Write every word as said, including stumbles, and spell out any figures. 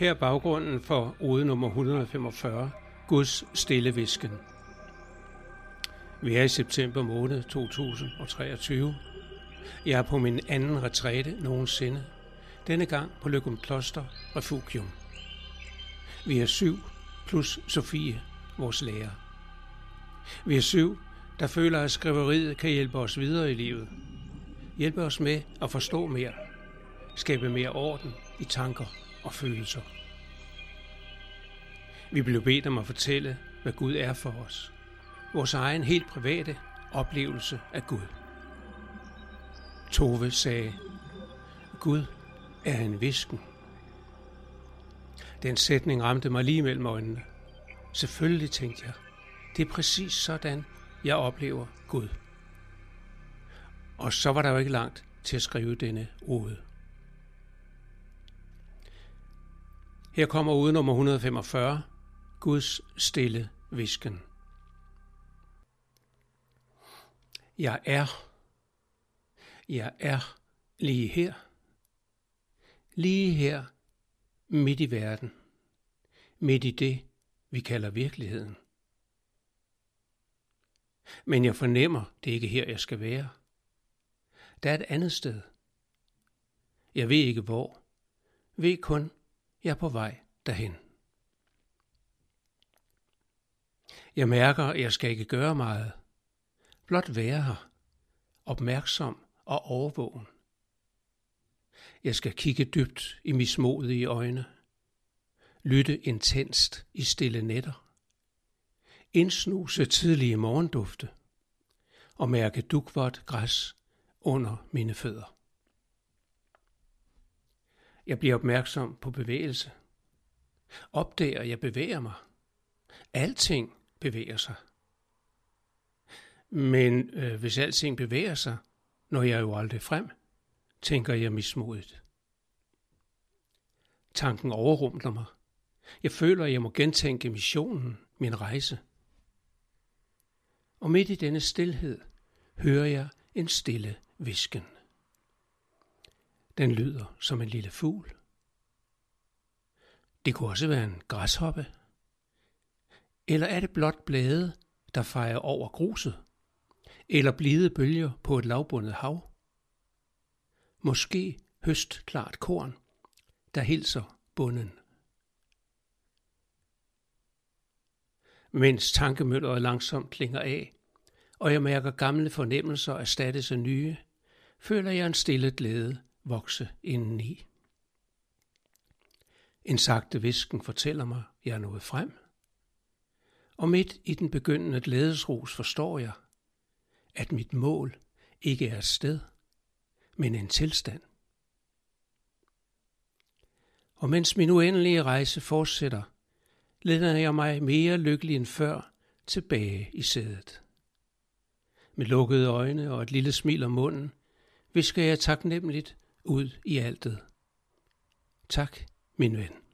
Her er baggrunden for ode nummer et hundrede og femogfyrre, Guds stille hvisken. Vi er i september måned to tusind og treogtyve. Jeg er på min anden retræte nogensinde, denne gang på Løgumkloster Refugium. Vi er syv plus Sofie, vores lærer. Vi er syv, der føler, at skriveriet kan hjælpe os videre i livet. Hjælpe os med at forstå mere. Skabe mere orden i tanker og følelser. Vi blev bedt om at fortælle, hvad Gud er for os. Vores egen helt private oplevelse af Gud. Tove sagde, Gud er en hvisken. Den sætning ramte mig lige mellem øjnene. Selvfølgelig, tænkte jeg. Det er præcis sådan, jeg oplever Gud. Og så var der jo ikke langt til at skrive denne ode. Her kommer ode nummer et hundrede og femogfyrre, Guds stille hvisken. Jeg er, jeg er lige her, lige her midt i verden, midt i det, vi kalder virkeligheden. Men jeg fornemmer, det er ikke her, jeg skal være. Der er et andet sted. Jeg ved ikke hvor, ved kun, jeg er på vej derhen. Jeg mærker, at jeg skal ikke gøre meget. Blot være her, opmærksom og overvågen. Jeg skal kigge dybt i mismodige øjne, lytte intenst i stille nætter, indsnuse tidlige morgendufte og mærke dugvådt græs under mine fødder. Jeg bliver opmærksom på bevægelse. Opdager, jeg bevæger mig. Alting bevæger sig. Men øh, hvis alting bevæger sig, når jeg jo aldrig frem, tænker jeg mismodigt. Tanken overrumler mig. Jeg føler, at jeg må gentænke missionen, min rejse. Og midt i denne stilhed hører jeg en stille hvisken. Den lyder som en lille fugl. Det kunne også være en græshoppe. Eller er det blot blade, der fejer over gruset? Eller blide bølger på et lavbundet hav? Måske høstklart korn, der hilser bunden. Mens tankemølleret langsomt klinger af, og jeg mærker gamle fornemmelser erstattes af nye, føler jeg en stille glæde vokse indeni. En sagte hvisken fortæller mig, at jeg er nået frem. Og midt i den begyndende glædesrus forstår jeg, at mit mål ikke er et sted, men en tilstand. Og mens min uendelige rejse fortsætter, læner jeg mig mere lykkelig end før tilbage i sædet. Med lukkede øjne og et lille smil om munden, hvisker jeg taknemmeligt ud i altet. Tak, min ven.